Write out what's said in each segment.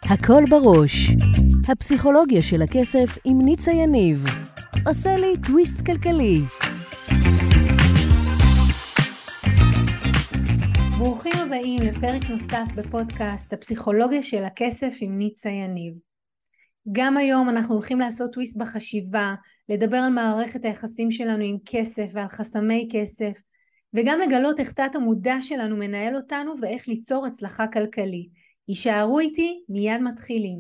הכל בראש. הפסיכולוגיה של הכסף עם ניצה יניב. עושה לי טוויסט כלכלי. ברוכים הבאים לפרק נוסף בפודקאסט הפסיכולוגיה של הכסף עם ניצה יניב. גם היום אנחנו הולכים לעשות טוויסט בחשיבה, לדבר על מערכת היחסים שלנו עם כסף ועל חסמי כסף, וגם לגלות איך תת המודע שלנו מנהל אותנו ואיך ליצור הצלחה כלכלית. יישארו איתי, מיד מתחילים.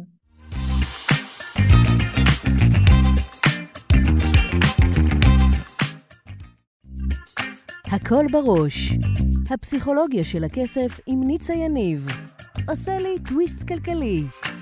הכל בראש. הפסיכולוגיה של הכסף עם ניצה יניב. עושה לי טוויסט כלכלי.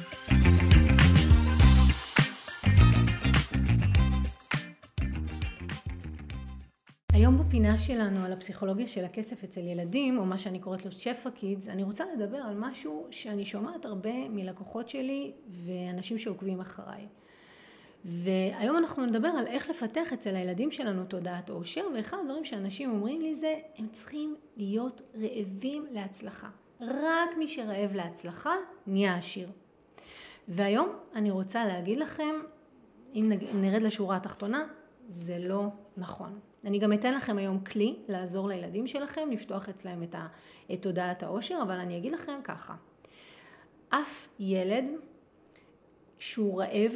היום בפינה שלנו על הפסיכולוגיה של הכסף אצל ילדים, או מה שאני קוראת לו שפע קידס, אני רוצה לדבר על משהו שאני שומעת הרבה מלקוחות שלי ואנשים שעוקבים אחריי. והיום אנחנו נדבר על איך לפתח אצל הילדים שלנו תודעת עושר, ואחד הדברים שאנשים אומרים לי זה, הם צריכים להיות רעבים להצלחה. רק מי שרעב להצלחה נהיה עשיר. והיום אני רוצה להגיד לכם, אם נרד לשורה התחתונה, זה לא נכון. אני גם אתן לכם היום כלי לעזור לילדים שלכם, לפתוח אצלהם את תודעת העושר, אבל אני אגיד לכם ככה. אף ילד שהוא רעב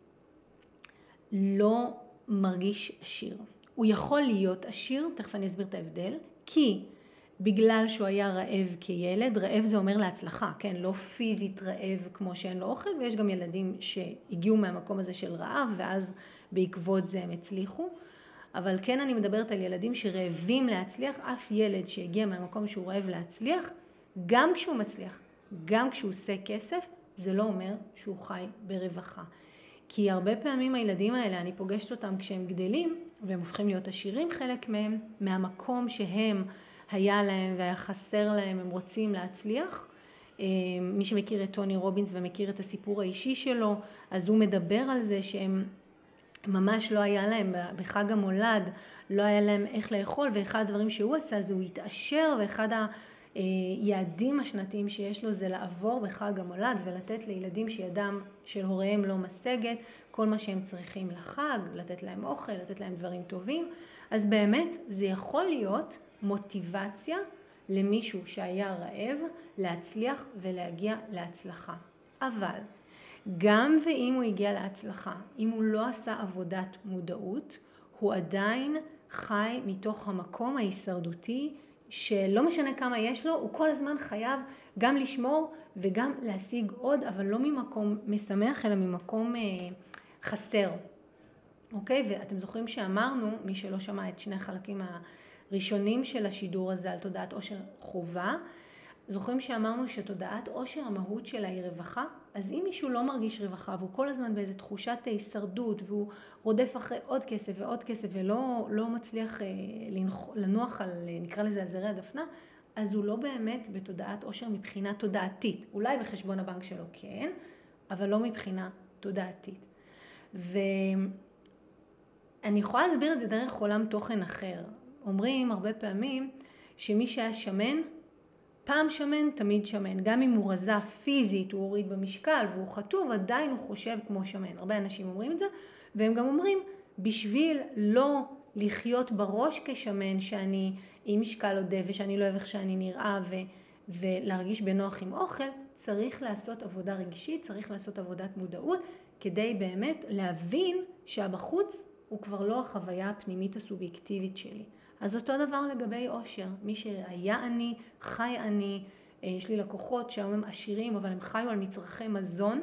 לא מרגיש עשיר. הוא יכול להיות עשיר, תכף אני אסביר את ההבדל, כי בגלל שהוא היה רעב כילד, רעב זה אומר להצלחה, כן? לא פיזית רעב כמו שאין לו אוכל, ויש גם ילדים שהגיעו מהמקום הזה של רעב, ואז בעקבות זה הם הצליחו. אבל כן אני מדברת על ילדים שרעבים להצליח, אף ילד שהגיע מהמקום שהוא רעב להצליח, גם כשהוא מצליח, גם כשהוא עושה כסף, זה לא אומר שהוא חי ברווחה. כי הרבה פעמים הילדים האלה, אני פוגשת אותם כשהם גדלים, והם הופכים להיות עשירים חלק מהם, מהמקום שהם היה להם והיה חסר להם, הם רוצים להצליח. מי שמכיר את טוני רובינס ומכיר את הסיפור האישי שלו, אז הוא מדבר על זה שהם ממש לא היה להם בחג המולד, לא היה להם איך לאכול, ואחד הדברים שהוא עשה זה הוא התעשר, ואחד היעדים השנתיים שיש לו זה לעבור בחג המולד ולתת לילדים שידם של הוריהם לא משגת, כל מה שהם צריכים לחג, לתת להם אוכל, לתת להם דברים טובים. אז באמת זה יכול להיות מוטיבציה למישהו שהיה רעב להצליח ולהגיע להצלחה. אבל גם ואם הוא הגיע להצלחה, אם הוא לא עשה עבודת מודעות, הוא עדיין חי מתוך המקום ההישרדותי, שלא משנה כמה יש לו, הוא כל הזמן חייב גם לשמור וגם להשיג עוד, אבל לא ממקום משמח, אלא ממקום חסר. אוקיי? ואתם זוכרים שאמרנו, מי שלא שמע את שני החלקים הראשונים של השידור הזה על תודעת עושר חובה, זוכרים שאמרנו שתודעת עושר, המהות שלה היא רווחה, אז אם מישהו לא מרגיש רווחה והוא כל הזמן באיזו תחושת הישרדות והוא רודף אחרי עוד כסף ועוד כסף ולא מצליח לנוח על, נקרא לזה על זרי הדפנה, אז הוא לא באמת בתודעת עושר מבחינה תודעתית. אולי בחשבון הבנק שלו כן, אבל לא מבחינה תודעתית. ואני יכולה להסביר את זה דרך עולם תוכן אחר. אומרים הרבה פעמים שמי שהיה שמן, פעם שמן, תמיד שמן. גם אם הוא רזה פיזית, הוא הוריד במשקל והוא חטוב, עדיין הוא חושב כמו שמן. הרבה אנשים אומרים את זה, והם גם אומרים, בשביל לא לחיות בראש כשמן, שאני עם משקל עודף ושאני לא אוהב איך שאני נראה ולהרגיש בנוח עם אוכל, צריך לעשות עבודה רגשית, צריך לעשות עבודת מודעות, כדי באמת להבין שהבחוץ הוא כבר לא החוויה הפנימית הסובייקטיבית שלי. אז אותו דבר לגבי עושר, מי שהיה אני, חי אני, יש לי לקוחות שהיום הם עשירים, אבל הם חיו על מצרכי מזון,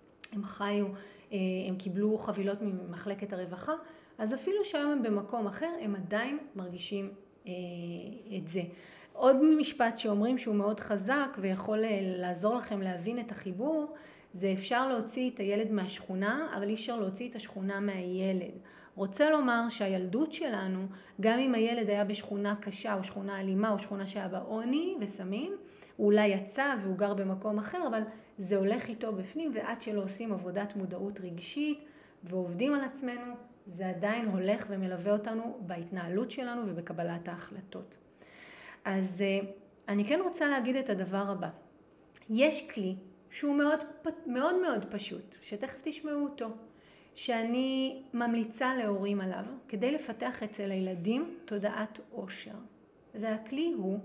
הם קיבלו חבילות ממחלקת הרווחה, אז אפילו שהיום הם במקום אחר, הם עדיין מרגישים את זה. עוד משפט שאומרים שהוא מאוד חזק ויכול לעזור לכם להבין את החיבור, זה אפשר להוציא את הילד מהשכונה, אבל אי אפשר להוציא את השכונה מהילד. רוצה לומר שהילדות שלנו, גם אם הילד היה בשכונה קשה או שכונה אלימה או שכונה שהיה בה עוני וסמים, הוא אולי יצא והוא גר במקום אחר, אבל זה הולך איתו בפנים, ועד שלא עושים עבודת מודעות רגשית ועובדים על עצמנו, זה עדיין הולך ומלווה אותנו בהתנהלות שלנו ובקבלת ההחלטות. אז אני כן רוצה להגיד את הדבר הבא. יש כלי שהוא מאוד מאוד מאוד פשוט, שתכף תשמעו אותו, שאני ממליצה להורים עליו כדי לפתח אצל הילדים תודעת עושר. והכלי הוא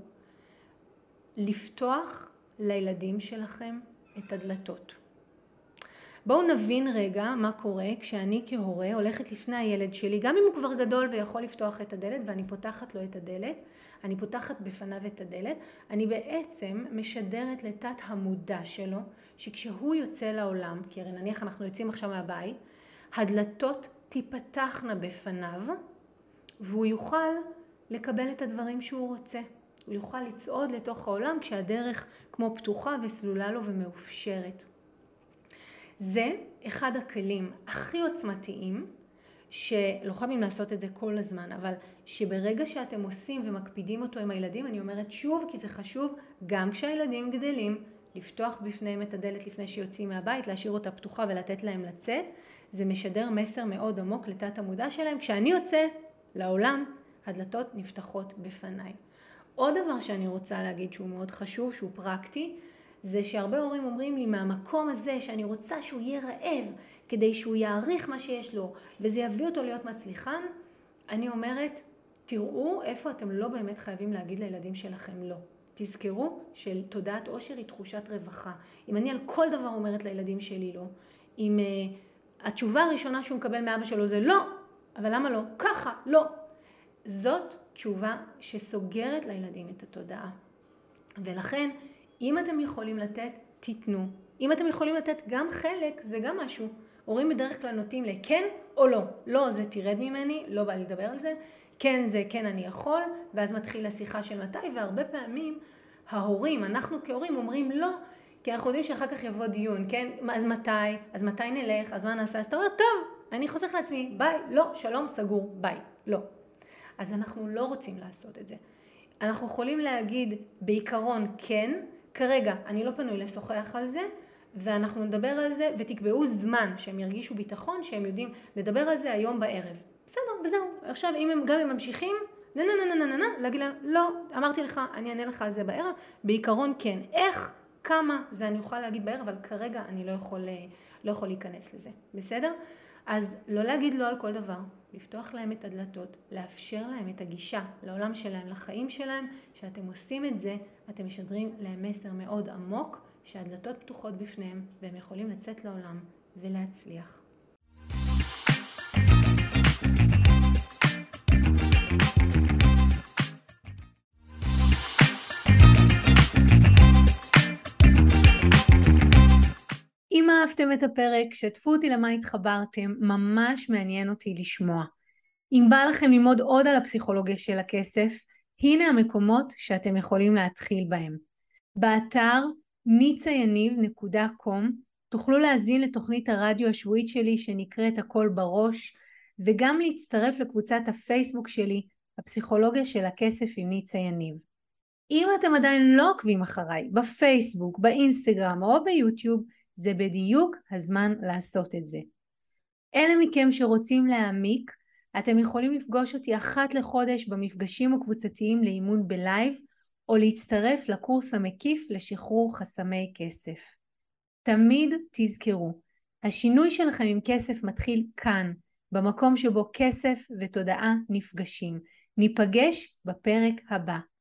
לפתוח לילדים שלכם את הדלתות. בואו נבין רגע מה קורה כשאני כהורה הולכת לפני הילד שלי, גם אם הוא כבר גדול ויכול לפתוח את הדלת ואני פותחת לו את הדלת, אני פותחת בפניו את הדלת, אני בעצם משדרת לתת המודע שלו שכשהוא יוצא לעולם, כי הרי נניח אנחנו יוצאים עכשיו מהבית, הדלתות תיפתחנה בפניו והוא יוכל לקבל את הדברים שהוא רוצה. הוא יוכל לצעוד לתוך העולם כשהדרך כמו פתוחה וסלולה לו ומאופשרת. זה אחד הכלים הכי עוצמתיים שלא חייבים לעשות את זה כל הזמן, אבל שברגע שאתם עושים ומקפידים אותו עם הילדים, אני אומרת שוב כי זה חשוב גם כשהילדים גדלים, לפתוח בפניהם את הדלת לפני שיוצאים מהבית, להשאיר אותה פתוחה ולתת להם לצאת, זה משדר מסר מאוד עמוק לתת המודע שלהם. כשאני יוצא לעולם, הדלתות נפתחות בפניי. עוד דבר שאני רוצה להגיד שהוא מאוד חשוב, שהוא פרקטי, זה שהרבה הורים אומרים לי מהמקום הזה שאני רוצה שהוא יהיה רעב, כדי שהוא יעריך מה שיש לו, וזה יביא אותו להיות מצליחן, אני אומרת, תראו איפה אתם לא באמת חייבים להגיד לילדים שלכם לא. תזכרו שתודעת עושר היא תחושת רווחה. אם אני על כל דבר אומרת לילדים שלי לא, אם התשובה הראשונה שהוא מקבל מאבא שלו זה לא, אבל למה לא? ככה, לא. זאת תשובה שסוגרת לילדים את התודעה. ולכן, אם אתם יכולים לתת, תיתנו. אם אתם יכולים לתת גם חלק, זה גם משהו. הורים בדרך כלל נוטים לכן או לא. לא, זה תרד ממני, לא בא לדבר על זה. כן, זה כן אני יכול, ואז מתחיל השיחה של מתי, והרבה פעמים ההורים, אנחנו כהורים אומרים לא, כי אנחנו יודעים שאחר כך יבוא דיון, כן? אז מתי נלך? אז מה נעשה? אז אתה אומר, טוב, אני חוסך לעצמי, ביי, לא, שלום, סגור, ביי, לא. אז אנחנו לא רוצים לעשות את זה. אנחנו יכולים להגיד בעיקרון כן, כרגע אני לא פנוי לשוחח על זה, ואנחנו נדבר על זה ותקבעו זמן שהם ירגישו ביטחון, שהם יודעים לדבר על זה היום בערב. בסדר, וזהו. עכשיו גם אם ממשיכים, להגיד להם, לא, אמרתי לך, אני אענה לך על זה בערב, בעיקרון כן. איך, כמה, זה אני אוכל להגיד בערב, אבל כרגע אני לא יכול להיכנס לזה. בסדר? אז לא להגיד לא על כל דבר, לפתוח להם את הדלתות, לאפשר להם את הגישה לעולם שלהם, לחיים שלהם. שאתם עושים את זה, אתם משדרים להם מסר מאוד עמוק, שהדלתות פתוחות בפניהם, והם יכולים לצאת לעולם ולהצליח. אם אהבתם את הפרק, שתפו אותי למה התחברתם, ממש מעניין אותי לשמוע. אם בא לכם ללמוד עוד על הפסיכולוגיה של הכסף, הנה המקומות שאתם יכולים להתחיל בהם. באתר nicayaniv.com תוכלו להזין לתוכנית הרדיו השבועית שלי שנקראת הכל בראש, וגם להצטרף לקבוצת הפייסבוק שלי, הפסיכולוגיה של הכסף עם ניצה יניב. אם אתם עדיין לא עוקבים אחריי בפייסבוק, באינסטגרם או ביוטיוב, זה בדיוק הזמן לעשות את זה. אלה מכם שרוצים להעמיק, אתם יכולים לפגוש אותי אחת לחודש במפגשים הקבוצתיים לאימון בלייב, או להצטרף לקורס המקיף לשחרור חסמי כסף. תמיד תזכרו, השינוי שלכם עם כסף מתחיל כאן, במקום שבו כסף ותודעה נפגשים. ניפגש בפרק הבא.